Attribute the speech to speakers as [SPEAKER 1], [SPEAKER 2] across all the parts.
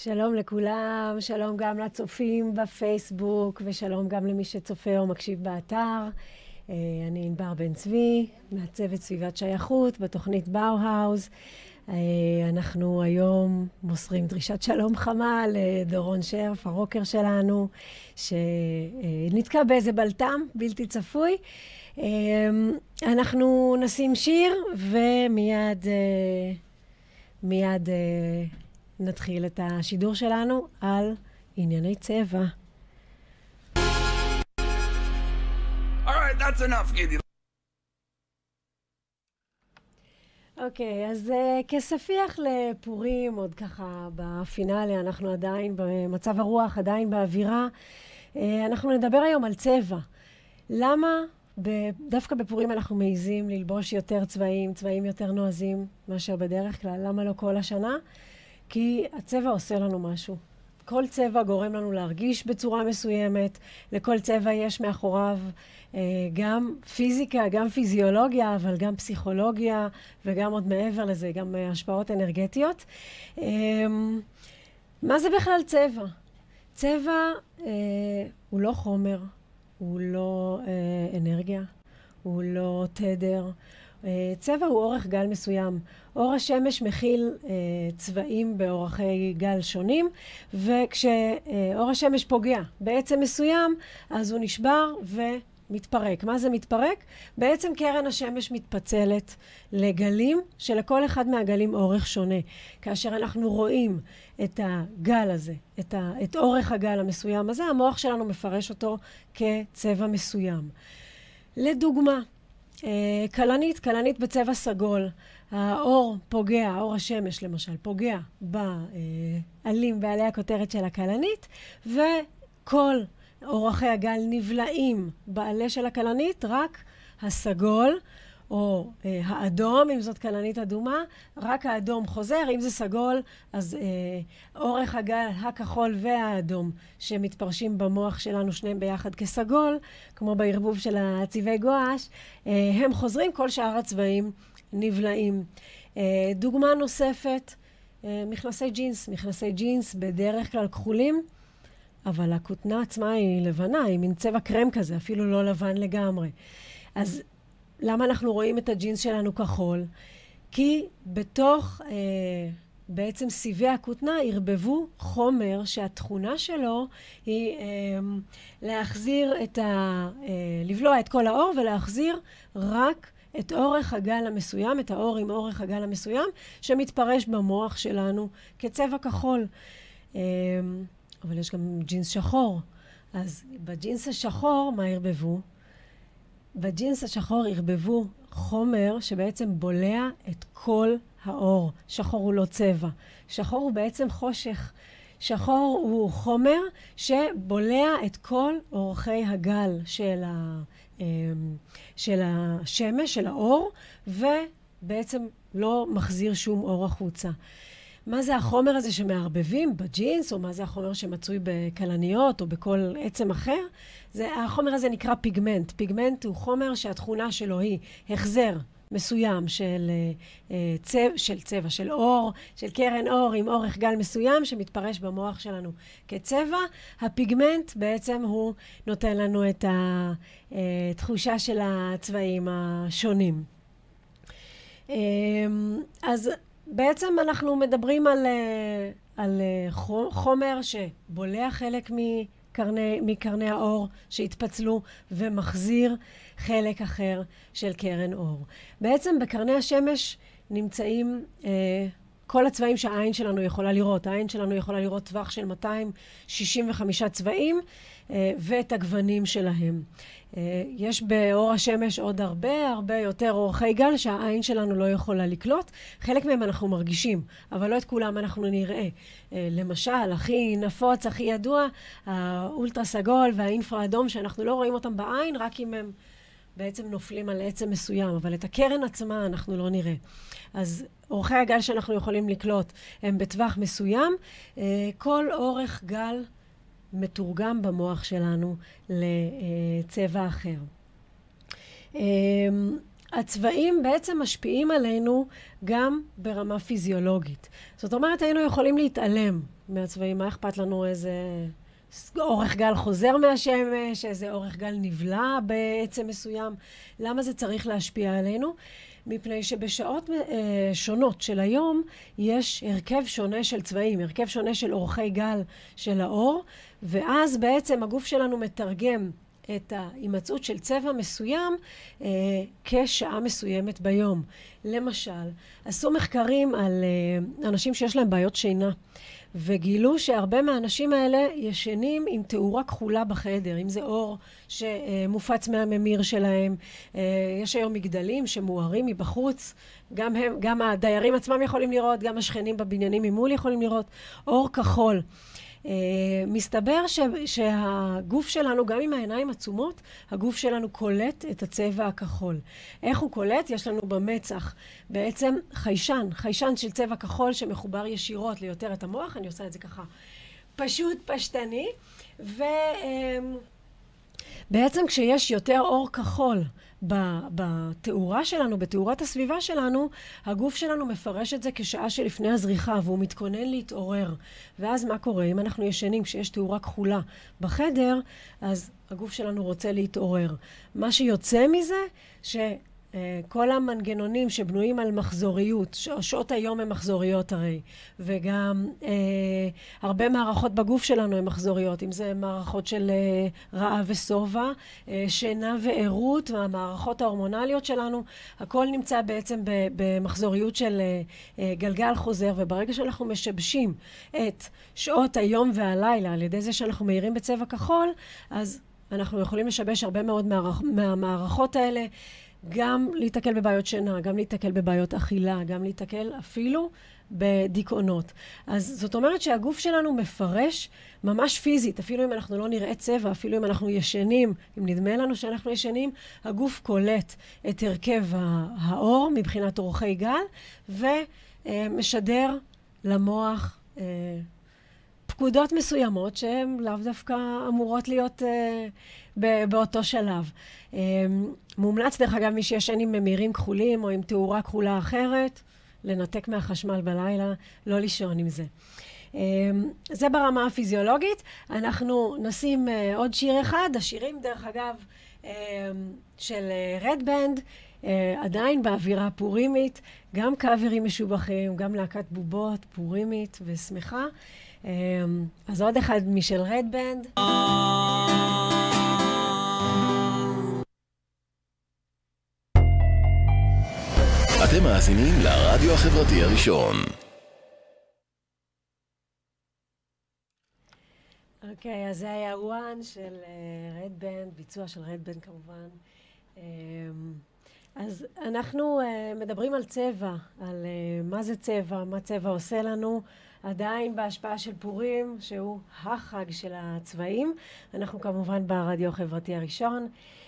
[SPEAKER 1] שלום לכולם, שלום גם לצופים בפייסבוק ושלום גם למי שצופה או מקשיב באתר. אני ענבר בן צבי, מעצבת סביבת שייכות בתוכנית באו-האוז. אנחנו היום מוסרים דרישת שלום חמה לדורון שרף, הרוקר שלנו, שנתקע באיזה בלטם בלתי צפוי. אנחנו נשים שיר ומיד נתחיל את השידור שלנו על ענייני צבע.
[SPEAKER 2] All right, that's enough, Giddy.
[SPEAKER 1] אוקיי, אז כספיח לפורים, עוד ככה בפינאלי, אנחנו עדיין במצב הרוח, עדיין באווירה. אנחנו נדבר היום על צבע. למה דווקא בפורים אנחנו מעיזים ללבוש יותר צבעים יותר נועזים מאשר בדרך כלל? למה לא כל השנה? כי הצבע עושה לנו משהו. כל צבע גורם לנו להרגיש בצורה מסוימת, לכל צבע יש מאחוריו גם פיזיקה, גם פיזיולוגיה, אבל גם פסיכולוגיה, וגם עוד מעבר לזה, גם השפעות אנרגטיות. מה זה בכלל צבע? צבע הוא לא חומר, הוא לא אנרגיה, הוא לא תדר. צבע הוא אורך גל מסוים. אור השמש מכיל צבעים באורכי גל שונים, וכשאור השמש פוגע בעצם מסוים, אז הוא נשבר ומתפרק. מה זה מתפרק? בעצם קרן השמש מתפצלת לגלים, שלכל אחד מהגלים אורך שונה. כאשר אנחנו רואים את הגל הזה, את אורך הגל המסוים הזה, המוח שלנו מפרש אותו כצבע מסוים. לדוגמה, כלנית בצבע סגול, האור פוגע, אור השמש למשל, פוגע בעלים, בעלי הכותרת של הכלנית, וכל אורכי הגל נבלעים בעלי של הכלנית, רק הסגול, או האדום, אם זאת כלנית אדומה, רק האדום חוזר. אם זה סגול, אז אורך הגל הכחול והאדום שמתפרשים במוח שלנו שניהם ביחד כסגול, כמו בערבוב של הצבעי גואש, הם חוזרים, כל שאר הצבעים נבלעים. דוגמה נוספת, מכנסי ג'ינס. מכנסי ג'ינס בדרך כלל כחולים, אבל הכותנה עצמה היא לבנה, היא מין צבע קרם כזה, אפילו לא לבן לגמרי. אז למה אנחנו רואים את הג'ינס שלנו כחול? כי בתוך בעצם סיבי הכותנה הרבבו חומר שהתכונה שלו היא להחזיר לבלוע את כל האור ולהחזיר רק את אורך הגל המסוים, את האור עם אורך הגל המסוים, שמתפרש במוח שלנו כצבע כחול. אבל יש גם ג'ינס שחור. אז בג'ינס השחור, מה הרבבו? בג'ינס השחור הרבבו חומר שבעצם בולע את כל האור. שחור הוא לא צבע. שחור הוא בעצם חושך. שחור הוא חומר שבולע את כל אורכי הגל של השמש, של האור, ובעצם לא מחזיר שום אור החוצה. מה זה החומר הזה שמערבבים בג'ינס, או מה זה החומר שמצוי בכלניות או בכל עצם אחר? החומר הזה נקרא פיגמנט. פיגמנט הוא חומר שהתכונה שלו היא החזר מסוים של צבע, של אור, של קרן אור עם אורך גל מסוים שמתפרש במוח שלנו כצבע. הפיגמנט בעצם הוא נותן לנו את התחושה של הצבעים השונים. אז בעצם אנחנו מדברים על חומר שבולע חלק מקרני האור שהתפצלו ומחזיר חלק אחר של קרן אור. בעצם בקרני השמש נמצאים כל הצבעים שהעין שלנו יכולה לראות. העין שלנו יכולה לראות טווח של 265 צבעים ואת הגוונים שלהם. יש באור השמש עוד הרבה יותר אורכי גל שהעין שלנו לא יכולה לקלוט. חלק מהם אנחנו מרגישים, אבל לא את כולם אנחנו נראה. למשל, הכי נפוץ, הכי ידוע, האולטרה סגול והאינפרה אדום, שאנחנו לא רואים אותם בעין, רק אם הם בעצם נופלים על עצם מסוים, אבל את הקרן עצמה אנחנו לא נראה. אז אורכי הגל שאנחנו יכולים לקלוט הם בטווח מסוים. כל אורך גל מתורגם במוח שלנו לצבע אחר. הצבעים בעצם משפיעים עלינו גם ברמה פיזיולוגית. זאת אומרת, היינו יכולים להתעלם מהצבעים. מה אכפת לנו? איזה אורך גל חוזר מהשמש, איזה אורך גל נבלע בעצם מסוים. למה זה צריך להשפיע עלינו? מפני שבשעות שונות של היום יש הרכב שונה של צבעים, הרכב שונה של אורכי גל של האור, ואז בעצם הגוף שלנו מתרגם את ההימצאות של צבע מסוים כשעה מסוימת ביום. למשל, עשו מחקרים על אנשים שיש להם בעיות שינה, וגילו שהרבה מהאנשים האלה ישנים עם תאורה כחולה בחדר, אם זה אור שמופץ מהממיר שלהם. יש היום מגדלים שמוארים מבחוץ, גם הדיירים עצמם יכולים לראות, גם השכנים בבניינים ממול יכולים לראות, אור כחול. מסתבר שהגוף שלנו, גם עם העיניים עצומות, הגוף שלנו קולט את הצבע הכחול. איך הוא קולט? יש לנו במצח בעצם חיישן של צבע כחול שמחובר ישירות ליותר את המוח. אני עושה את זה ככה פשוט פשטני, ובעצם כשיש יותר אור כחול בתאורה שלנו, בתאורת הסביבה שלנו, הגוף שלנו מפרש את זה כשעה שלפני הזריחה, והוא מתכונן להתעורר. ואז מה קורה? אם אנחנו ישנים כשיש תאורה כחולה בחדר, אז הגוף שלנו רוצה להתעורר. מה שיוצא מזה, כל המנגנונים שבנויים על מחזוריות, שעות היום הן מחזוריות הרי, וגם הרבה מערכות בגוף שלנו הן מחזוריות, אם זה מערכות של רעב ושובע, שינה ועירות, והמערכות ההורמונליות שלנו, הכל נמצא בעצם במחזוריות של גלגל חוזר, וברגע שאנחנו משבשים את שעות היום והלילה, על ידי זה שאנחנו מאירים בצבע כחול, אז אנחנו יכולים לשבש הרבה מאוד מהמערכות האלה, גם להתקל בבעיות שינה, גם להתקל בבעיות אכילה, גם להתקל אפילו בדיכאונות. אז זאת אומרת שהגוף שלנו מפרש ממש פיזית, אפילו אם אנחנו לא נראה צבע, אפילו אם אנחנו ישנים, אם נדמה לנו שאנחנו ישנים, הגוף קולט את הרכב האור מבחינת אורכי גל, ומשדר למוח פקודות מסוימות שהן לאו דווקא אמורות להיות באותו שלב. מומלץ דרך אגב מי שישן עם ממירים כחולים או עם תאורה כחולה אחרת, לנתק מהחשמל בלילה, לא לישון עם זה. זה ברמה הפיזיולוגית. אנחנו נשים עוד שיר אחד, השירים דרך אגב של רד בנד, עדיין באווירה פורימית, גם קאברים משובחים, גם להקת בובות פורימית ושמחה. אז עוד אחד משל רד בנד.
[SPEAKER 3] אתם מאזינים לרדיו החברתי הראשון.
[SPEAKER 1] אוקיי, אז זה היה וואן של רד בנד, ביצוע של רד בנד כמובן. אז אנחנו מדברים על צבע, על מה זה צבע, מה צבע עושה לנו, עדיין בהשפעה של פורים, שהוא החג של הצבעים. אנחנו כמובן ברדיו החברתי הראשון.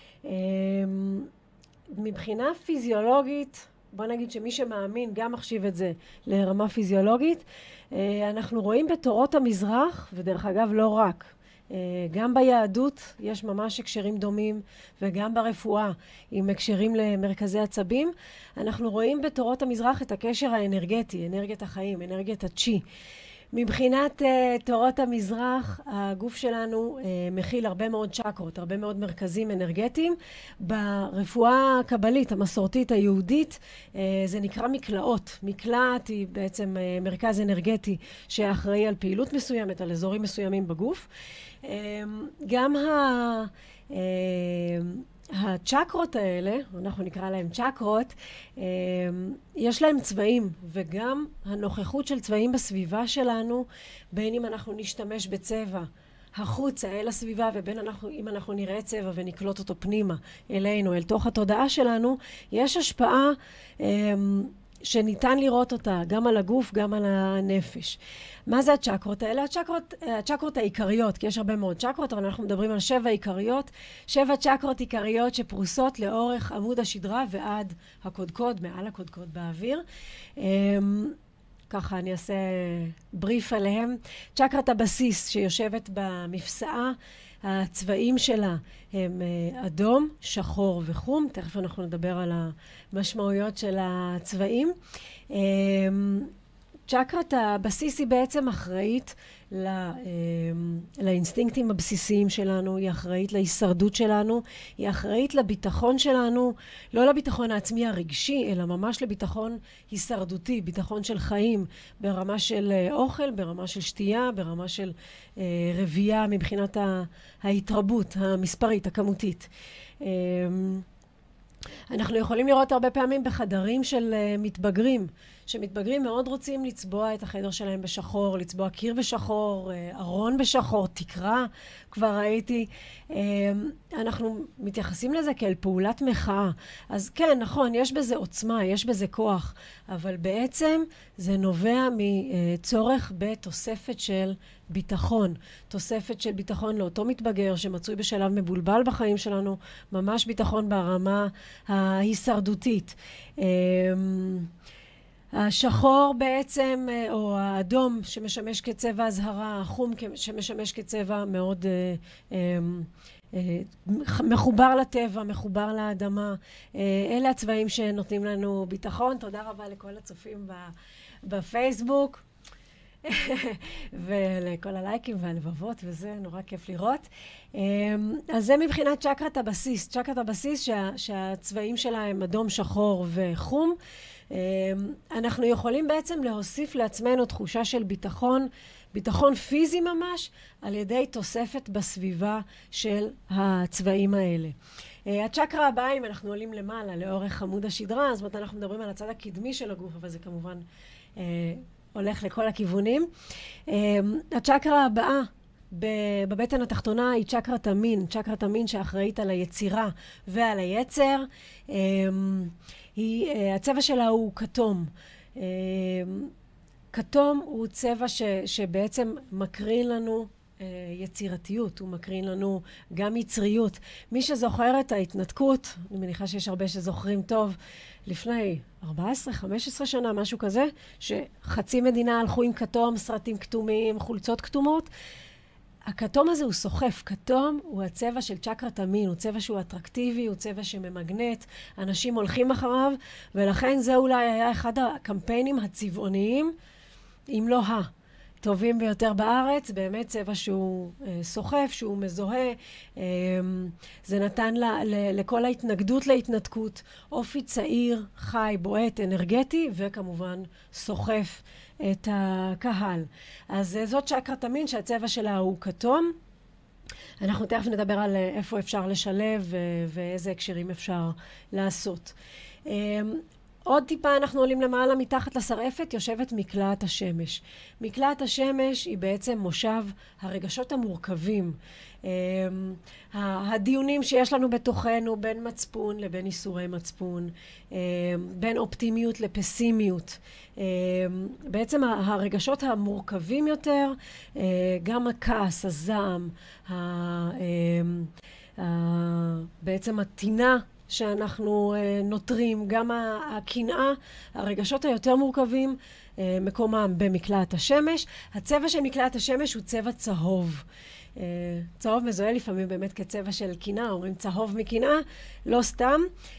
[SPEAKER 1] מבחינה פיזיולוגית, בוא נגיד שמי שמאמין גם מחשיב את זה לרמה פיזיולוגית. אנחנו רואים בתורות המזרח, ודרך אגב לא רק, גם ביהדות יש ממש הקשרים דומים, וגם ברפואה עם הקשרים למרכזי עצבים. אנחנו רואים בתורות המזרח את הקשר האנרגטי, אנרגיית החיים, אנרגיית הצ'י. מבחינת תורות המזרח, הגוף שלנו מכיל הרבה מאוד צ'קרות, הרבה מאוד מרכזים אנרגטיים. ברפואה הקבלית, המסורתית היהודית, זה נקרא מקלעות. מקלעת היא בעצם מרכז אנרגטי שאחראי על פעילות מסוימת, על אזורים מסוימים בגוף. גם הצ'קרות האלה, אנחנו נקרא להם צ'קרות, יש להם צבעים, וגם הנוכחות של צבעים בסביבה שלנו, בין אם אנחנו נשתמש בצבע החוצה אל הסביבה, ובין אם אנחנו נראה צבע ונקלוט אותו פנימה אלינו, אל תוך התודעה שלנו, יש השפעה שניתן לראות אותה גם על הגוף, גם על הנפש. מה זה הצ'קרות האלה? הצ'קרות העיקריות, כי יש הרבה מאוד צ'קרות, אבל אנחנו מדברים על 7 עיקריות, 7 צ'קרות עיקריות שפרוסות לאורך עמוד השדרה ועד הקודקוד, מעל הקודקוד באוויר. ככה אני אעשה בריף עליהם. צ'קרת הבסיס שיושבת במפסעה הצבעים שלה הם אדום, שחור וחום. תכף אנחנו נדבר על המשמעויות של הצבעים. צ'קרת הבסיס היא בעצם אחראית לאינסטינקטים הבסיסיים שלנו, היא אחראית להישרדות שלנו, היא אחראית לביטחון שלנו, לא לביטחון העצמי הרגשי, אלא ממש לביטחון הישרדותי, ביטחון של חיים, ברמה של אוכל, ברמה של שתייה, ברמה של רבייה מבחינת ההתרבות המספרית, הכמותית. אנחנו יכולים לראות הרבה פעמים בחדרים של מתבגרים, שמתבגרים מאוד רוצים לצבוע את החדר שלהם בשחור, לצבוע קיר בשחור, ארון בשחור, תקרה, כבר ראיתי. אנחנו מתייחסים לזה כאל פעולת מחאה. אז כן, נכון, יש בזה עוצמה, יש בזה כוח, אבל בעצם זה נובע מצורך בתוספת של ביטחון. תוספת של ביטחון לאותו מתבגר שמצוי בשלב מבולבל בחיים שלנו, ממש ביטחון ברמה ההישרדותית. השחור בעצם, או האדום שמשמש כצבע הזהרה, החום שמשמש כצבע מאוד מחובר לטבע, מחובר לאדמה. אלה הצבעים שנותנים לנו ביטחון. תודה רבה לכל הצופים בפייסבוק. ולכל הלייקים והלבבות, וזה נורא כיף לראות. אז זה מבחינת צ'קרת הבסיס. צ'קרת הבסיס שהצבעים שלה הם אדום, שחור וחום. אנחנו יכולים בעצם להוסיף לעצמנו תחושה של ביטחון, ביטחון פיזי ממש, על ידי תוספת בסביבה של הצבעים האלה. הצ'קרה הבאה, אם אנחנו עולים למעלה לאורך עמוד השדרה, זאת אומרת אנחנו מדברים על הצד הקדמי של הגוף, אבל זה כמובן הולך לכל הכיוונים. הצ'קרה הבאה בבטן התחתונה היא צ'קרת המין, צ'קרת המין שאחראית על היצירה ועל היצר. הצבע שלה הוא כתום. כתום הוא צבע שבעצם מקרין לנו יצירתיות, הוא מקרין לנו גם יצריות. מי שזוכר את ההתנתקות, אני מניחה שיש הרבה שזוכרים טוב, לפני 14-15 שנה, משהו כזה, שחצי מדינה הלכו עם כתום, סרטים כתומים, חולצות כתומות. הכתום הזה הוא סוחף. כתום הוא הצבע של צ'קרת המין, הוא צבע שהוא אטרקטיבי, הוא צבע שממגנט, אנשים הולכים אחריו, ולכן זה אולי היה אחד הקמפיינים הצבעוניים, אם לא הטובים ביותר בארץ, באמת צבע שהוא סוחף, שהוא מזוהה. זה נתן לכל ההתנגדות להתנתקות, אופי צעיר, חי, בועט, אנרגטי, וכמובן סוחף את הקהל. אז זאת צ'קרת המין שהצבע שלה הוא כתום. אנחנו תכף נדבר על איפה אפשר לשלב ואיזה הקשרים אפשר לעשות. עוד טיפה אנחנו עולים למעלה, מתחת לשרעפת יושבת מקלעת השמש. מקלעת השמש היא בעצם מושב הרגשות המורכבים. הדיונים שיש לנו בתוכנו בין מצפון לבין איסורי מצפון, בין אופטימיות לפסימיות. בעצם הרגשות המורכבים יותר, גם הכעס, הזעם, בעצם התינה שאנחנו נותרים, גם הקנאה, הרגשות היותר מורכבים, מקומם במקלעת השמש. הצבע של מקלעת השמש הוא צבע צהוב. צהוב מזוהה לפעמים באמת כצבע של קנאה, אומרים צהוב מקנאה, לא סתם.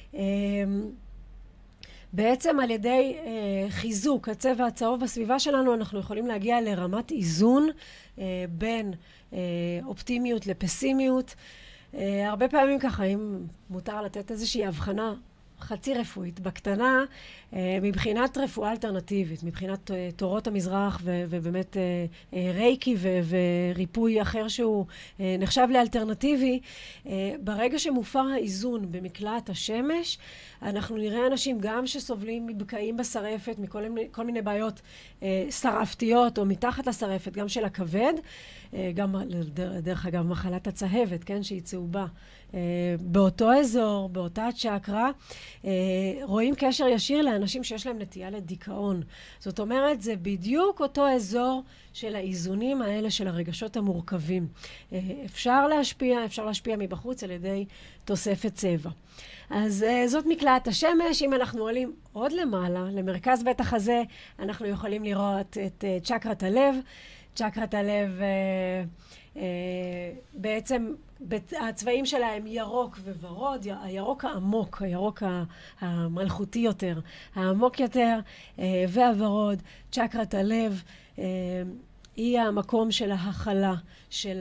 [SPEAKER 1] בעצם על ידי חיזוק הצבע הצהוב בסביבה שלנו, אנחנו יכולים להגיע לרמת איזון בין אופטימיות לפסימיות. הרבה פעמים ככה, אם מותר לתת איזושהי הבחנה חצי רפואית בקטנה, מבחינת רפואה אלטרנטיבית, מבחינת תורות המזרח ובאמת רייקי וריפוי אחר שהוא נחשב לאלטרנטיבי, ברגע שמופר האיזון במקלעת השמש, אנחנו נראה אנשים גם שסובלים מבקעים בשרעפת, מכל מיני בעיות שרעפתיות או מתחת לשרעפת, גם של הכבד, גם דרך אגב מחלת הצהבת, כן, שהיא צהובה. באותו אזור, באותה צ'קרה, רואים קשר ישיר לאנשים שיש להם נטייה לדיכאון. זאת אומרת, זה בדיוק אותו אזור של האיזונים האלה של הרגשות המורכבים. אפשר להשפיע מבחוץ על ידי תוספת צבע. אז זאת מקלעת השמש. אם אנחנו עולים עוד למעלה, למרכז בית החזה, אנחנו יכולים לראות את צ'קרת הלב. צ'קרת הלב, בעצם הצבעים שלה הם ירוק וורוד, הירוק העמוק, הירוק המלכותי יותר, העמוק יותר, והוורוד. צ'קרת הלב היא המקום של ההכלה, של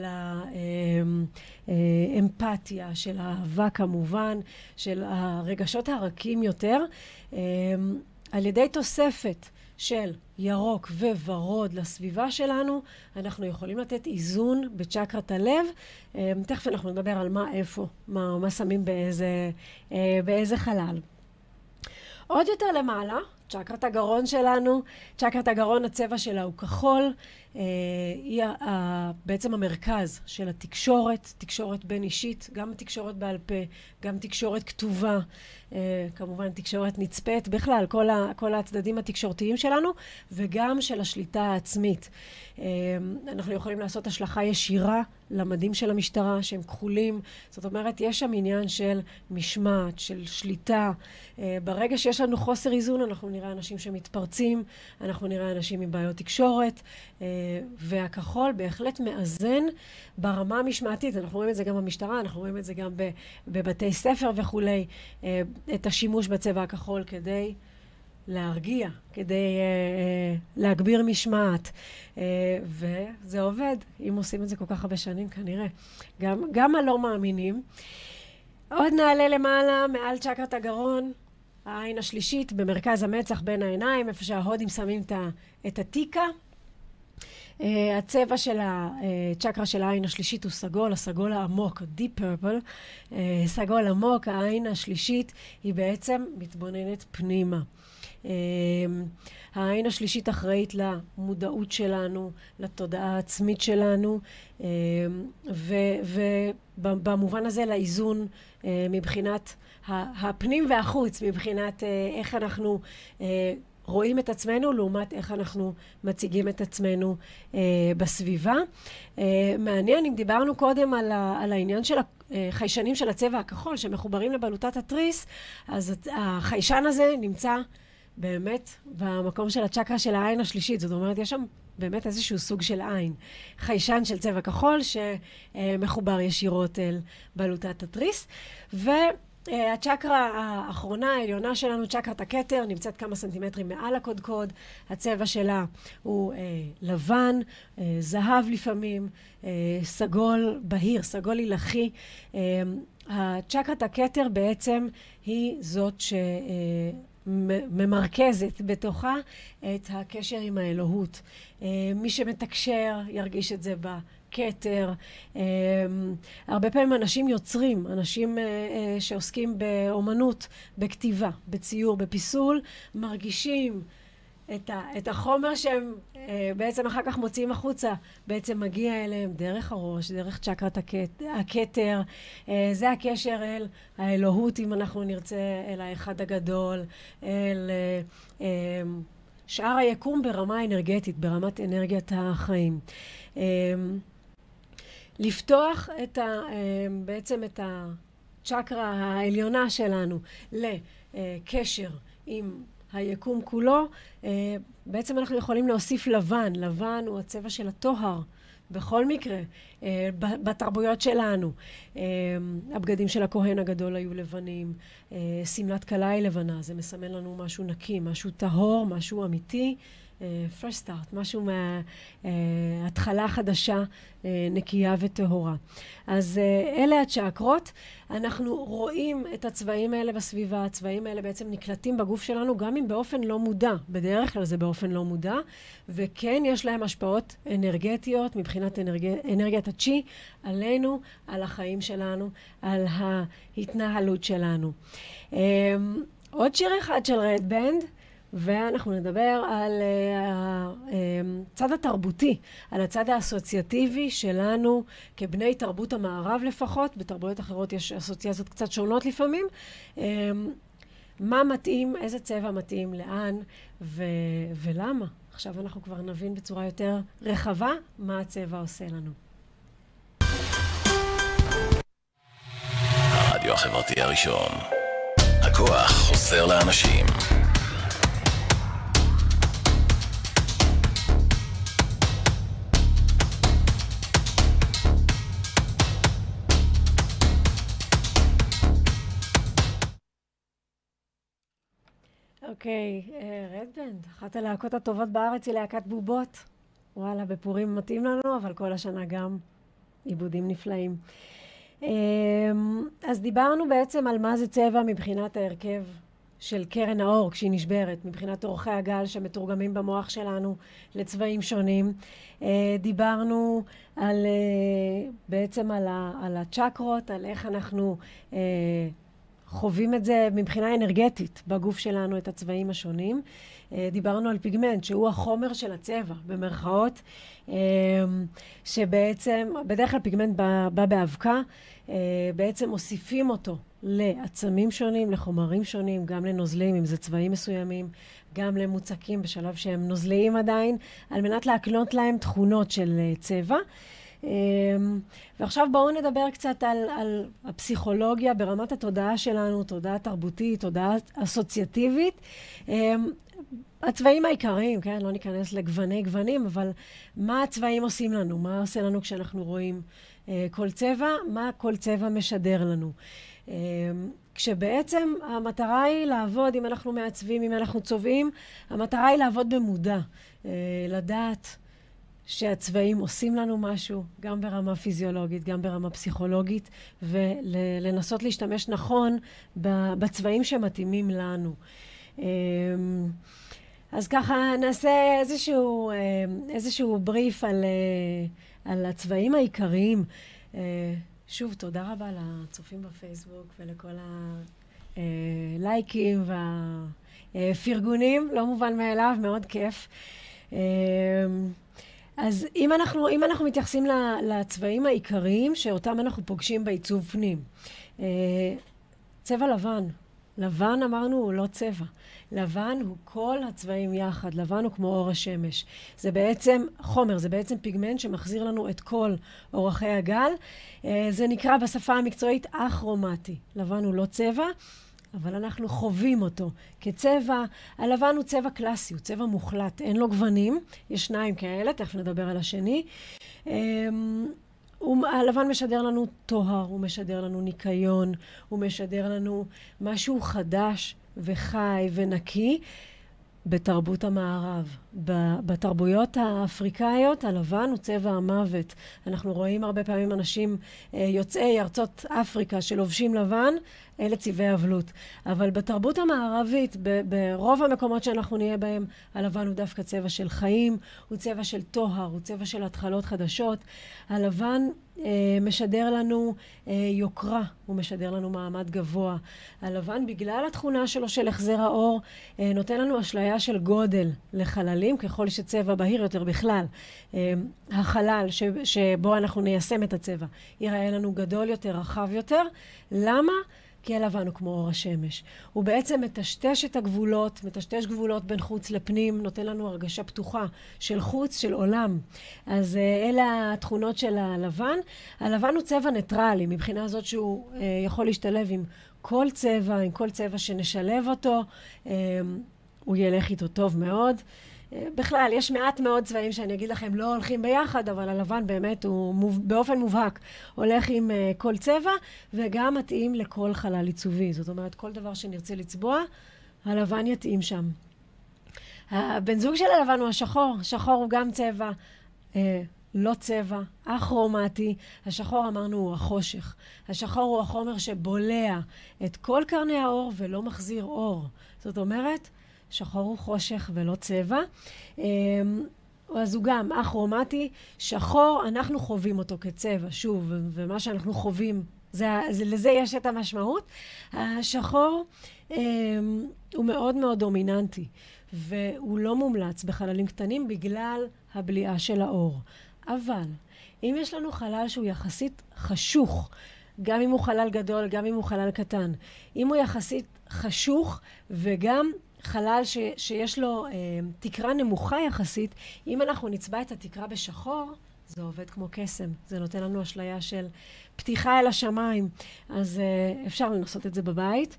[SPEAKER 1] האמפתיה, של האהבה כמובן, של הרגשות הרכים יותר, על ידי תוספת של ירוק וורוד לסביבה שלנו, אנחנו יכולים לתת איזון בצ'קרת הלב. תכף אנחנו נדבר על מה, איפה, מה שמים באיזה חלל. עוד יותר למעלה, צ'קרת הגרון שלנו, צ'קרת הגרון, הצבע שלה הוא כחול, היא בעצם המרכז של התקשורת, תקשורת בין אישית, גם תקשורת בעל פה, גם תקשורת כתובה, כמובן תקשורת נצפית, בכלל כל הצדדים התקשורתיים שלנו, וגם של השליטה העצמית. אנחנו יכולים לעשות השלכה ישירה למדים של המשטרה, שהם כחולים, זאת אומרת, יש שם עניין של משמעת, של שליטה. ברגע שיש לנו חוסר איזון, אנחנו נראה אנשים שמתפרצים, אנחנו נראה אנשים עם בעיות תקשורת, והכחול בהחלט מאזן ברמה המשמעתית. אנחנו רואים את זה גם במשטרה, אנחנו רואים את זה גם בבתי ספר וכולי, את השימוש בצבע הכחול כדי להרגיע, כדי להגביר משמעת. וזה עובד, אם עושים את זה כל כך הרבה שנים כנראה. גם הלא מאמינים. עוד נעלה למעלה, מעל צ'קרת הגרון, העין השלישית, במרכז המצח בין העיניים, איפה שההודים שמים את התיקה. הצבע של הצ'קרה של העין השלישית הוא סגול, הסגול העמוק, deep purple, סגול עמוק. העין השלישית היא בעצם מתבוננת פנימה. העין השלישית אחראית למודעות שלנו, לתודעה העצמית שלנו, ובמובן הזה לאיזון מבחינת הפנים והחוץ, מבחינת איך אנחנו רואים את עצמנו לעומת איך אנחנו מציגים את עצמנו בסביבה. מעניין, אם דיברנו קודם על העניין של החיישנים של הצבע הכחול שמחוברים לבלוטת התריס, אז החיישן הזה נמצא באמת במקום של הצ'קרה של העין השלישית. זאת אומרת, יש שם באמת איזשהו סוג של עין. חיישן של צבע כחול שמחובר ישירות אל בלוטת התריס. והצ'קרה האחרונה, העליונה שלנו, צ'קרת הכתר, נמצאת כמה סנטימטרים מעל הקודקוד. הצבע שלה הוא לבן, זהב לפעמים, סגול בהיר, סגול הילכי. הצ'קרת הכתר בעצם היא זאת ממרכזת בתוכה את הקשר עם האלוהות. מי שמתקשר ירגיש את זה בכתר. הרבה פעמים אנשים יוצרים, אנשים שעוסקים באומנות, בכתיבה, בציור, בפיסול, מרגישים את החומר שהם בעצם אחר כך מוציאים החוצה, בעצם מגיע אליהם דרך הראש, דרך צ'קרת הכתר. זה הקשר אל האלוהות, אם אנחנו נרצה, אל האחד הגדול, אל שאר היקום ברמה אנרגטית, ברמת אנרגיית החיים. לפתוח בעצם את הצ'קרה העליונה שלנו לקשר עם היקום כולו, בעצם אנחנו יכולים להוסיף לבן. לבן הוא הצבע של הטוהר, בכל מקרה, בתרבויות שלנו. הבגדים של הכהן הגדול היו לבנים, סמלת כלה היא לבנה, זה מסמל לנו משהו נקי, משהו טהור, משהו אמיתי, first start, משהו מההתחלה חדשה, נקייה וטהורה. אז אלה הצ'קרות. אנחנו רואים את הצבעים האלה בסביבה, הצבעים האלה בעצם נקלטים בגוף שלנו, גם אם באופן לא מודע, בדרך כלל זה באופן לא מודע, וכן יש להם השפעות אנרגטיות, מבחינת אנרגיית הצ'י, עלינו, על החיים שלנו, על ההתנהלות שלנו. עוד שיר אחד של רד בנד, ואנחנו נדבר על הצד התרבותי, על הצד האסוציאטיבי שלנו כבני תרבות המערב לפחות. בתרבויות אחרות יש אסוציאציות קצת שונות לפעמים. מה מתאים, איזה צבע מתאים, לאן ולמה. עכשיו אנחנו כבר נבין בצורה יותר רחבה מה הצבע עושה לנו.
[SPEAKER 3] הרדיו החברתי הראשון. הכוח חוזר לאנשים.
[SPEAKER 1] אוקיי, רדבנד, אחת הלהקות הטובות בארץ היא להקת בובות. וואלה, בפורים מתאים לנו, אבל כל השנה גם עיבודים נפלאים. אז דיברנו בעצם על מה זה צבע מבחינת ההרכב של קרן האור כשהיא נשברת, מבחינת אורכי הגל שמתורגמים במוח שלנו לצבעים שונים. דיברנו על, בעצם על הצ'קרות, על איך אנחנו חווים את זה מבחינה אנרגטית בגוף שלנו, את הצבעים השונים. דיברנו על פיגמנט, שהוא החומר של הצבע, במרכאות, שבעצם, בדרך כלל פיגמנט בא באבקה, בעצם מוסיפים אותו לעצמים שונים, לחומרים שונים, גם לנוזלים, אם זה צבעים מסוימים, גם למוצקים בשלב שהם נוזליים עדיין, על מנת להקנות להם תכונות של צבע. ועכשיו בואו נדבר קצת על הפסיכולוגיה ברמת התודעה שלנו, תודעה תרבותית, תודעה אסוציאטיבית. הצבעים העיקריים, כן? לא ניכנס גוונים, אבל מה הצבעים עושים לנו? מה עושה לנו כשאנחנו רואים כל צבע? מה כל צבע משדר לנו? כשבעצם המטרה היא לעבוד, אם אנחנו מעצבים, אם אנחנו צובעים, המטרה היא לעבוד במודע, לדעת שהצבעים עושים לנו משהו, גם ברמה פיזיולוגית, גם ברמה פסיכולוגית, ולנסות להשתמש נכון בצבעים שמתאימים לנו. אז ככה נעשה איזשהו בריף על הצבעים העיקריים. שוב, תודה רבה לצופים בפייסבוק ולכל הלייקים והפרגונים, לא מובן מאליו, מאוד כיף. אז אם אנחנו מתייחסים לצבעים העיקריים שאותם אנחנו פוגשים בעיצוב פנים, צבע לבן. לבן אמרנו הוא לא צבע. לבן הוא כל הצבעים יחד. לבן הוא כמו אור השמש. זה בעצם חומר, זה בעצם פיגמנט שמחזיר לנו את כל אורכי הגל. זה נקרא בשפה המקצועית אכרומטי. לבן הוא לא צבע, אבל אנחנו חווים אותו כצבע. הלבן הוא צבע קלאסי, הוא צבע מוחלט, אין לו גוונים, יש שניים כאלה, תכף נדבר על השני. הלבן משדר לנו טוהר, הוא משדר לנו ניקיון, הוא משדר לנו משהו חדש וחי ונקי בתרבות המערב. בתרבויות האפריקאיות הלבן הוא צבע המוות. אנחנו רואים הרבה פעמים אנשים יוצאי ארצות אפריקה שלובשים לבן, אלה צבעי אבלות. אבל בתרבות המערבית, ברוב המקומות שאנחנו נהיה בהם, הלבן הוא דווקא צבע של חיים, הוא צבע של טוהר, הוא צבע של התחלות חדשות. הלבן משדר לנו יוקרה, הוא משדר לנו מעמד גבוה. הלבן, בגלל התכונה שלו של החזר האור, נותן לנו אשליה של גודל לחללים, ככל שצבע בהיר יותר בכלל. החלל שבו אנחנו ניישם את הצבע ייראה לנו גדול יותר, רחב יותר. למה? כי הלבן הוא כמו אור השמש. הוא בעצם מטשטש את הגבולות, מטשטש גבולות בין חוץ לפנים, נותן לנו הרגשה פתוחה של חוץ, של עולם. אז אלה התכונות של הלבן. הלבן הוא צבע ניטרלי, מבחינה זאת שהוא יכול להשתלב עם כל צבע, עם כל צבע שנשלב אותו, הוא ילך איתו טוב מאוד. בכלל, יש מעט מאוד צבעים שאני אגיד לכם לא הולכים ביחד, אבל הלבן באמת הוא באופן מובהק הולך עם כל צבע, וגם מתאים לכל חלל עיצובי. זאת אומרת, כל דבר שנרצה לצבוע, הלבן יתאים שם. הבן זוג של הלבן הוא השחור. שחור הוא גם צבע, לא צבע, אכרומטי. השחור אמרנו הוא החושך. השחור הוא החומר שבולע את כל קרני האור ולא מחזיר אור. זאת אומרת, שחור הוא חושך ולא צבע. אז הוא גם אכרומטי. שחור, אנחנו חווים אותו כצבע, שוב, ומה שאנחנו חווים, לזה יש את המשמעות. השחור הוא מאוד מאוד דומיננטי, והוא לא מומלץ בחללים קטנים בגלל הבליעה של האור. אבל אם יש לנו חלל שהוא יחסית חשוך, גם אם הוא חלל גדול, גם אם הוא חלל קטן, אם הוא יחסית חשוך וגם חלל שיש לו תקרה נמוכה יחסית, אם אנחנו נצבע את התקרה בשחור, זה עובד כמו קסם. זה נותן לנו אשליה של פתיחה אל השמיים. אז אפשר לנסות את זה בבית.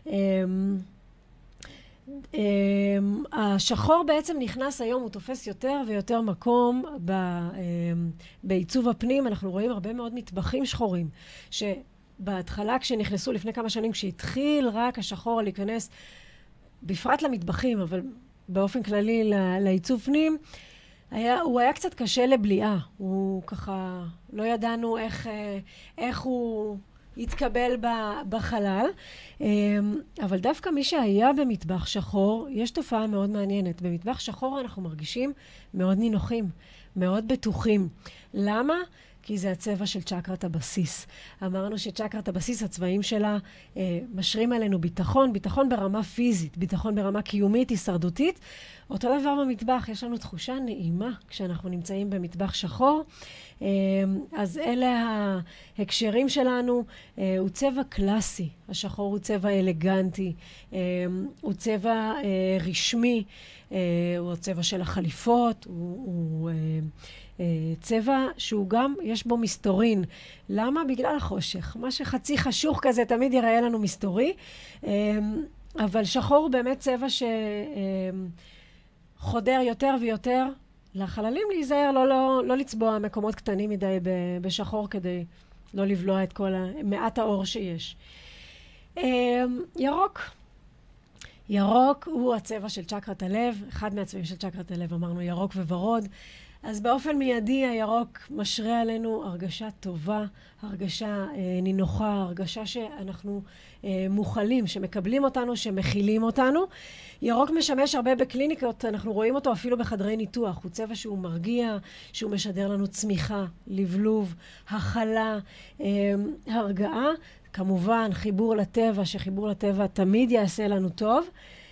[SPEAKER 1] השחור בעצם נכנס היום, הוא תופס יותר ויותר מקום בעיצוב הפנים. אנחנו רואים הרבה מאוד מטבחים שחורים, שבהתחלה כשנכנסו לפני כמה שנים, כשהתחיל רק השחור להיכנס בפרט למטבחים, אבל באופן כללי לעיצוב פנים, הוא היה קצת קשה לבליעה. הוא ככה, לא ידענו איך הוא יתקבל בחלל. אבל דווקא מי שהיה במטבח שחור, יש תופעה מאוד מעניינת. במטבח שחור אנחנו מרגישים מאוד נינוחים, מאוד בטוחים. למה? כי זה הצבע של צ'קרת הבסיס. אמרנו שצ'קרת הבסיס, הצבעים שלה משרים עלינו ביטחון, ביטחון ברמה פיזית, ביטחון ברמה קיומית, הישרדותית. אותו דבר במטבח, יש לנו תחושה נעימה כשאנחנו נמצאים במטבח שחור. אז אלה ההקשרים שלנו. הוא צבע קלאסי, השחור הוא צבע אלגנטי, הוא צבע רשמי, הוא הצבע של החליפות, הוא צבע שהוא גם, יש בו מסתורין. למה? בגלל החושך. מה שחצי חשוך כזה תמיד יראה לנו מסתורי, אבל שחור הוא באמת צבע שחודר יותר ויותר לחללים, להיזהר, לא לצבוע מקומות קטנים מדי בשחור כדי לא לבלוע את כל מעט האור שיש. ירוק. ירוק הוא הצבע של צ'קרת הלב, אחד מהצבעים של צ'קרת הלב, אמרנו ירוק וורוד. אז באופן מיידי הירוק משרה עלינו הרגשה טובה, הרגשה נינוחה, הרגשה שאנחנו מוכלים, שמקבלים אותנו, שמכילים אותנו. ירוק משמש הרבה בקליניקות, אנחנו רואים אותו אפילו בחדרי ניתוח. הוא צבע שהוא מרגיע, שהוא משדר לנו צמיחה, לבלוב, הכלה, הרגעה. כמובן חיבור לטבע, שחיבור לטבע תמיד יעשה לנו טוב.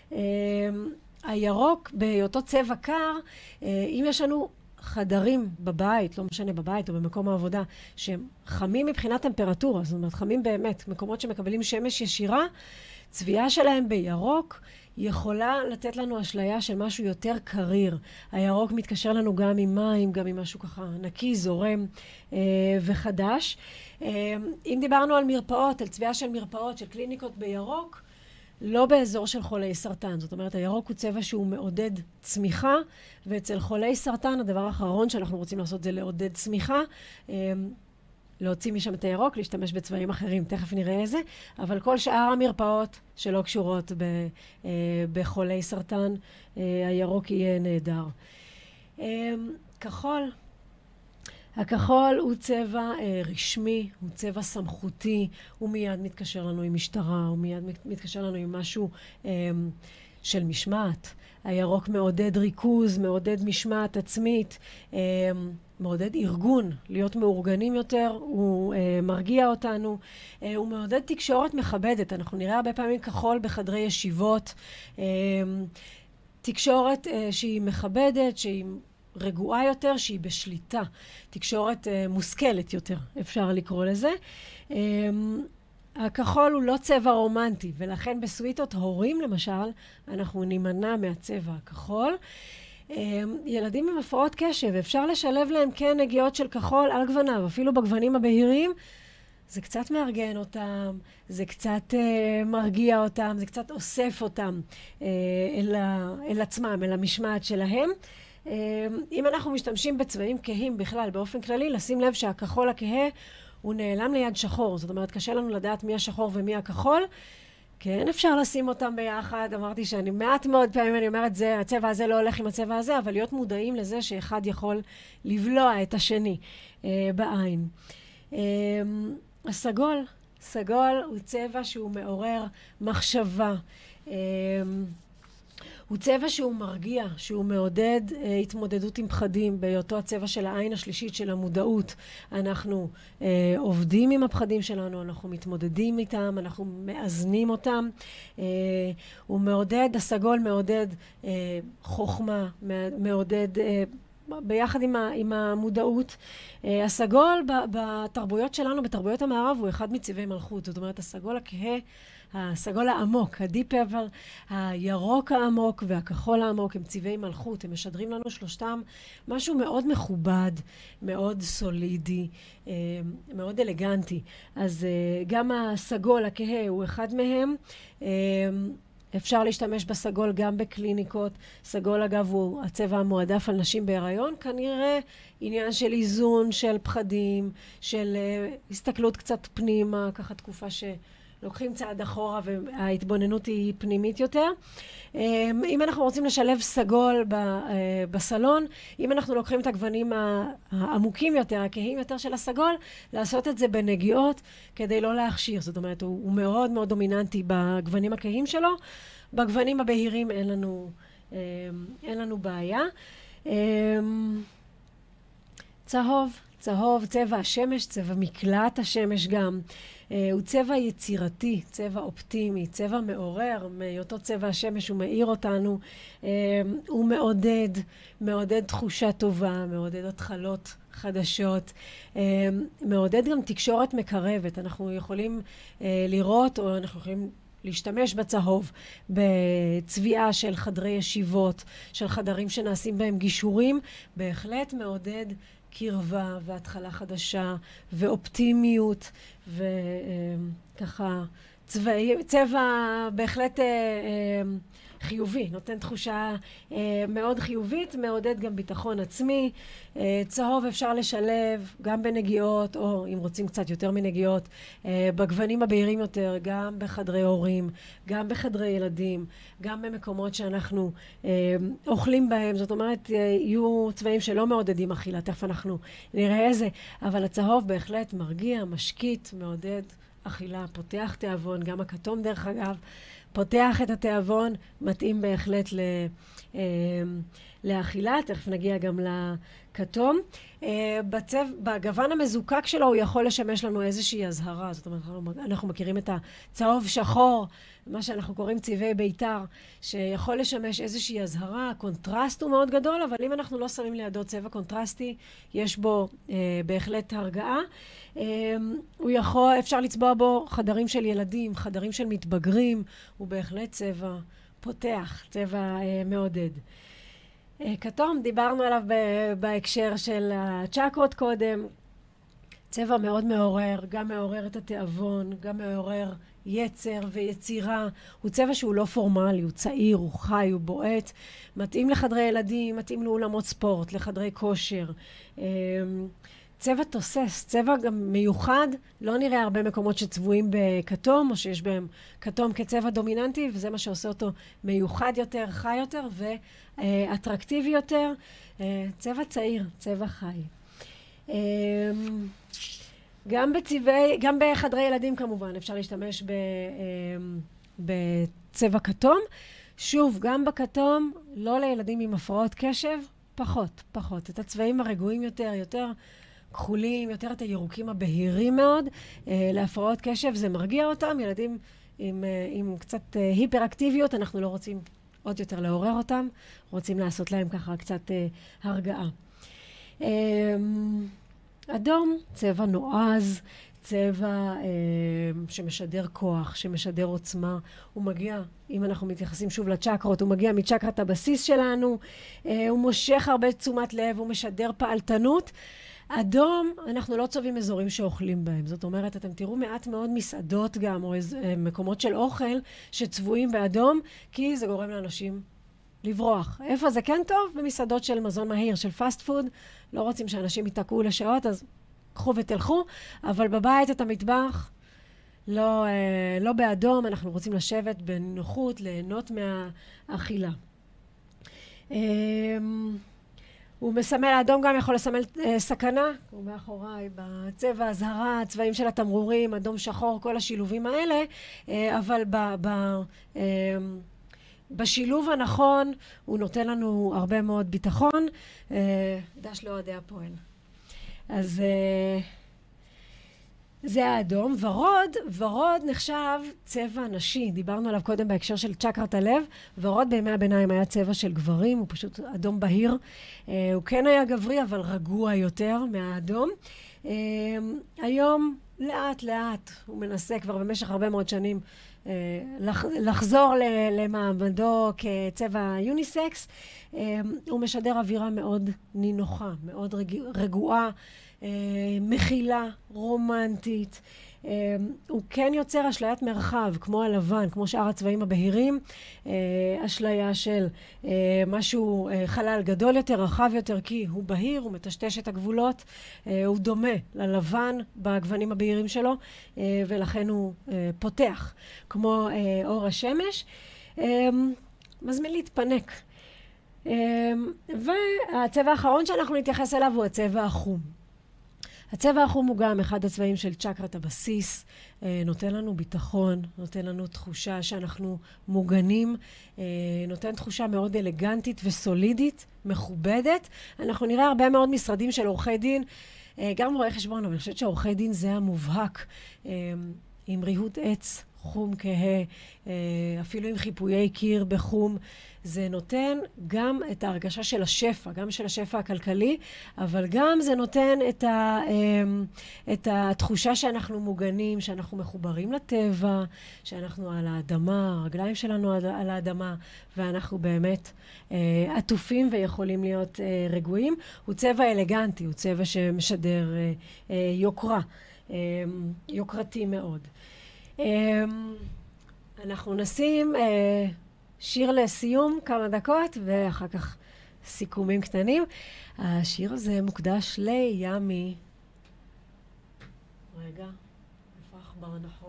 [SPEAKER 1] הירוק בהיותו צבע קר, אם יש לנו חדרים בבית, לא משנה בבית או במקום העבודה, שהם חמים מבחינת טמפרטורה, זאת אומרת חמים באמת, מקומות שמקבלים שמש ישירה, צביעה שלהם בירוק יכולה לתת לנו אשליה של משהו יותר קריר. הירוק מתקשר לנו גם עם מים, גם עם משהו ככה נקי, זורם וחדש. אם דיברנו על מרפאות, על צביעה של מרפאות, של קליניקות בירוק, לא באזור של חולי סרטן. זאת אומרת, הירוק הוא צבע שהוא מעודד צמיחה, ואצל חולי סרטן הדבר האחרון שאנחנו רוצים לעשות זה לעודד צמיחה, להוציא משם את הירוק, להשתמש בצבעים אחרים, תכף נראה איזה, אבל כל שאר המרפאות שלא קשורות בחולי סרטן, הירוק יהיה נהדר. כחול. הכחול הוא צבע רשמי, הוא צבע סמכותי, הוא מיד מתקשר לנו עם משטרה, הוא מיד מתקשר לנו עם משהו של משמעת. הירוק מעודד ריכוז, מעודד משמעת עצמית, מעודד ארגון, להיות מאורגנים יותר, הוא מרגיע אותנו, הוא מעודד תקשורת מכבדת. אנחנו נראה הרבה פעמים כחול בחדרי ישיבות, תקשורת שהיא מכבדת, שהיא רגועה יותר, שהיא בשליטה, תקשורת מושכלת יותר, אפשר לקרוא לזה. הכחול הוא לא צבע רומנטי, ולכן בסוויטות הורים למשל, אנחנו נימנע מהצבע הכחול. ילדים עם הפרעות קשב, אפשר לשלב להם כן נגיעות של כחול על גווניו, אפילו בגוונים הבהירים, זה קצת מארגן אותם, זה קצת מרגיע אותם, זה קצת אוסף אותם אל עצמם, אל המשמעת שלהם. אם אנחנו משתמשים בצבעים כהים בכלל, באופן כללי, לשים לב שהכחול הכהה הוא נעלם ליד שחור. זאת אומרת, קשה לנו לדעת מי השחור ומי הכחול. כן, אפשר לשים אותם ביחד. אמרתי שאני מעט מאוד פעמים אני אומרת, הצבע הזה לא הולך עם הצבע הזה, אבל להיות מודעים לזה שאחד יכול לבלוע את השני בעין. הסגול, סגול הוא צבע שהוא מעורר מחשבה. הוא צבע שהוא מרגיע, שהוא מעודד התמודדות עם פחדים, בהיותו הצבע של העין השלישית של המודעות. אנחנו עובדים עם הפחדים שלנו, אנחנו מתמודדים איתם, אנחנו מאזנים אותם. הוא מעודד, הסגול מעודד חוכמה, מעודד ביחד עם המודעות. הסגול בתרבויות שלנו, בתרבויות המערב, הוא אחד מצבעי מלכות. זאת אומרת, הסגול הכהה, הסגול העמוק, הדיפ פרפל, הירוק העמוק והכחול העמוק הם צבעי מלכות, הם משדרים לנו שלושתם משהו מאוד מכובד, מאוד סולידי, מאוד אלגנטי. אז גם הסגול הכהה הוא אחד מהם. אפשר להשתמש בסגול גם בקליניקות. סגול אגב הוא הצבע המועדף על נשים בהיריון, כנראה עניין של איזון, של פחדים, של הסתכלות קצת פנימה, ככה תקופה לוקחים צעד אחורה וההתבוננות היא פנימית יותר. אם אנחנו רוצים לשלב סגול בסלון, אם אנחנו לוקחים את הגוונים העמוקים יותר, הכהים יותר של הסגול, לעשות את זה בנגיעות כדי לא להכשיר. זאת אומרת, הוא מאוד מאוד דומיננטי בגוונים הכהים שלו. בגוונים הבהירים אין לנו בעיה. צהוב, צבע השמש, צבע מקלט השמש גם. הוא צבע יצירתי, צבע אופטימי, צבע מעורר. מאותו צבע השמש הוא מאיר אותנו. הוא מעודד תחושה טובה, מעודד התחלות חדשות, מעודד גם תקשורת מקרבת. אנחנו יכולים לראות, או אנחנו יכולים להשתמש בצהוב בצביעה של חדרי ישיבות, של חדרים שנעשים בהם גישורים, בהחלט מעודד קרבה והתחלה חדשה ואופטימיות, וככה צבע בהחלט חיובי, נותן תחושה מאוד חיובית, מעודד גם ביטחון עצמי. צהוב אפשר לשלב גם בנגיעות, או אם רוצים קצת יותר מנגיעות, בגוונים הבהירים יותר, גם בחדרי הורים, גם בחדרי ילדים, גם במקומות שאנחנו אוכלים בהם. זאת אומרת, יהיו צבעים שלא מעודדים אכילה, תכף אנחנו נראה איזה, אבל הצהוב בהחלט מרגיע, משקיט, מעודד אכילה, פותח תיאבון, גם הכתום דרך אגב, פותח את התיאבון, מתאים בהחלט לאכילה, תכף נגיע גם לכתום. בגוון המזוקק שלו הוא יכול לשמש לנו איזושהי הזהרה, זאת אומרת, אנחנו מכירים את הצהוב שחור, מה שאנחנו קוראים צבעי ביתר, שיכול לשמש איזושהי הזהרה, הקונטרסט הוא מאוד גדול, אבל אם אנחנו לא שמים לידו צבע קונטרסטי, יש בו בהחלט הרגעה. אפשר לצבוע בו חדרים של ילדים, חדרים של מתבגרים, הוא בהחלט צבע פותח, צבע מעודד. כתום, דיברנו עליו בהקשר של הצ'קרות קודם, צבע מאוד מעורר, גם מעורר את התיאבון, גם מעורר יצר ויצירה. הוא צבע שהוא לא פורמלי, הוא צעיר, הוא חי, הוא בועט, מתאים לחדרי ילדים, מתאים לאולמות ספורט, לחדרי כושר. צבע תוסס, צבע גם מיוחד, לא נראה הרבה מקומות שצבועים בכתום, או שיש בהם כתום כצבע דומיננטי, וזה מה שעושה אותו מיוחד יותר, חי יותר ואטרקטיבי יותר. צבע צעיר, צבע חי. גם בחדרי ילדים כמובן אפשר להשתמש בצבע כתום. שוב, גם בכתום, לא לילדים עם הפרעות קשב, פחות. את הצבעים הרגועים יותר כחולים, יותר את הירוקים הבהירים מאוד. להפרעות קשב זה מרגיע אותם. ילדים עם קצת היפראקטיביות, אנחנו לא רוצים עוד יותר לעורר אותם, רוצים לעשות להם ככה קצת הרגעה. אדום, צבע נועז, צבע שמשדר כוח, שמשדר עוצמה. הוא מגיע, אם אנחנו מתייחסים שוב לצ'קרות, הוא מגיע מצ'קרת הבסיס שלנו, הוא מושך הרבה תשומת לב, הוא משדר פעלתנות. אדום, אנחנו לא צובעים אזורים שאוכלים בהם. זאת אומרת, אתם תראו מעט מאוד מסעדות גם, או מקומות של אוכל שצבועים באדום, כי זה גורם לאנשים לברוח. איפה זה כן טוב? במסעדות של מזון מהיר, של פאסט פוד. לא רוצים שאנשים יתקעו לשעות, אז קחו ותלכו. אבל בבית את המטבח, לא באדום, אנחנו רוצים לשבת בנוחות, ליהנות מהאכילה. הוא מסמל, האדום גם יכול לסמל סכנה, הוא מאחוריי בצבע הזהרה, הצבעים של התמרורים, אדום שחור, כל השילובים האלה, אבל בשילוב הנכון הוא נותן לנו הרבה מאוד ביטחון. דש לאוהדי הפועל. אז זה האדום. ורוד נחשב צבע נשי. דיברנו עליו קודם בהקשר של צ'קרת הלב. ורוד בימי הביניים היה צבע של גברים, הוא פשוט אדום בהיר. הוא כן היה גברי, אבל רגוע יותר מהאדום. היום לאט לאט הוא מנסה כבר במשך הרבה מאוד שנים לחזור למעמדו כצבע יוניסקס. הוא משדר אווירה מאוד נינוחה, מאוד רגועה, מכילה, רומנטית, הוא כן יוצר אשליית מרחב, כמו הלבן, כמו שאר הצבעים הבהירים, אשליה של משהו, חלל גדול יותר, רחב יותר, כי הוא בהיר, הוא מטשטש את הגבולות, הוא דומה ללבן בגוונים הבהירים שלו, ולכן הוא פותח, כמו אור השמש, מזמין להתפנק. והצבע האחרון שאנחנו נתייחס אליו הוא הצבע החום. הצבע החום הוא גם אחד הצבעים של צ'קרת הבסיס, נותן לנו ביטחון, נותן לנו תחושה שאנחנו מוגנים, נותן תחושה מאוד אלגנטית וסולידית, מכובדת. אנחנו נראה הרבה מאוד משרדים של עורכי דין, גם רואי חשבון, אבל אני חושבת שעורכי דין זה המובהק, עם ריהוט עץ, חום כהה, אפילו עם חיפויי קיר בחום. זה נותן גם את ההרגשה של השפע, גם של השפע הכלכלי, אבל גם זה נותן את התחושה שאנחנו מוגנים, שאנחנו מחוברים לטבע, שאנחנו על האדמה, הרגליים שלנו על האדמה, ואנחנו באמת עטופים ויכולים להיות רגועים. הוא צבע אלגנטי, הוא צבע שמשדר יוקרה, יוקרתי מאוד. אנחנו נשים שיר לסיום, כמה דקות, ואחר כך סיכומים קטנים. השיר הזה מוקדש לימי. רגע, איפה העכבר נכון?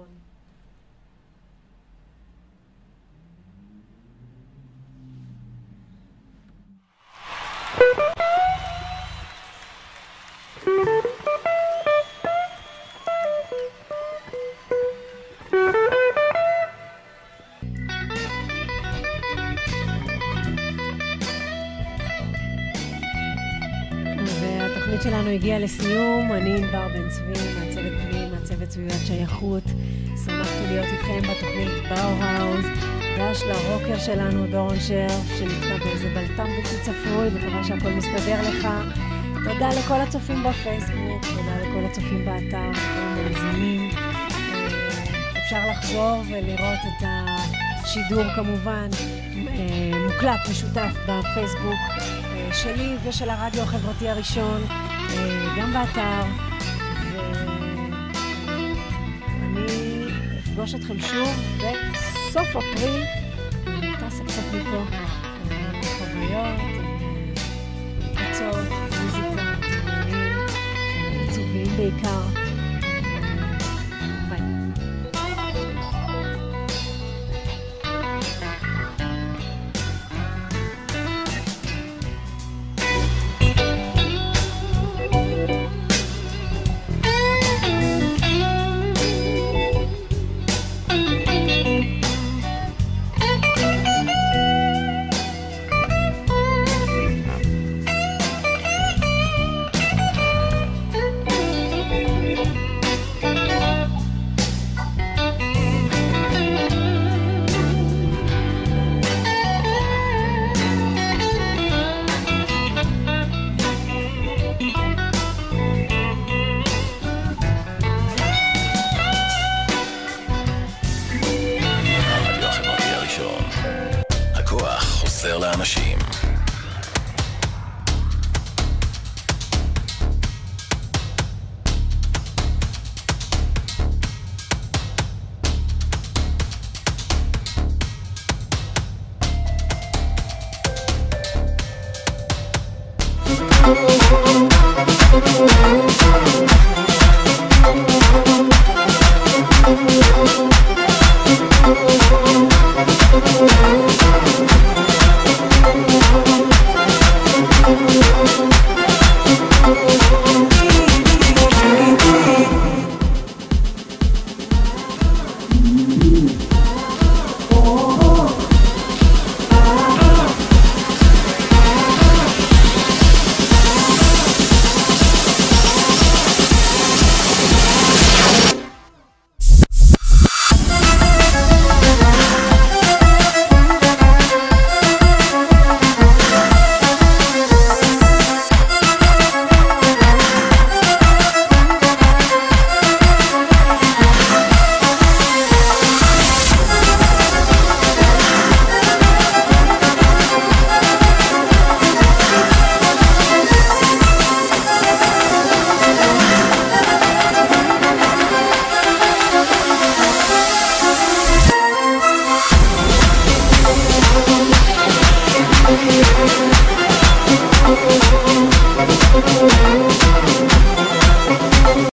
[SPEAKER 1] והתוכנית שלנו הגיעה לסיום. אני ענבר בן צבי, מעצבת פנים, מעצבת סביבת שייכות. שמחתי להיות איתכם בתוכנית באו-האוז. דש לרוקר שלנו, דורון שרף, שנתקע באיזה בלטם בלתי צפוי, מקווה שהכל מסתדר לך. תודה לכל הצופים בפייסבוק, תודה לכל הצופים באתר, לכל המאזינים. אפשר לחזור ולראות את השידור כמובן מוקלט, משותף בפייסבוק שלי ושל הרדיו החברתי הראשון, גם באתר. ואני אפגוש אתכם שוב בסוף אפריל. אני טסה קצת מפה, חוויות, קצות, מוזיקה, עצובים בעיקר. ביי.
[SPEAKER 3] לאנשים.
[SPEAKER 4] Thank you.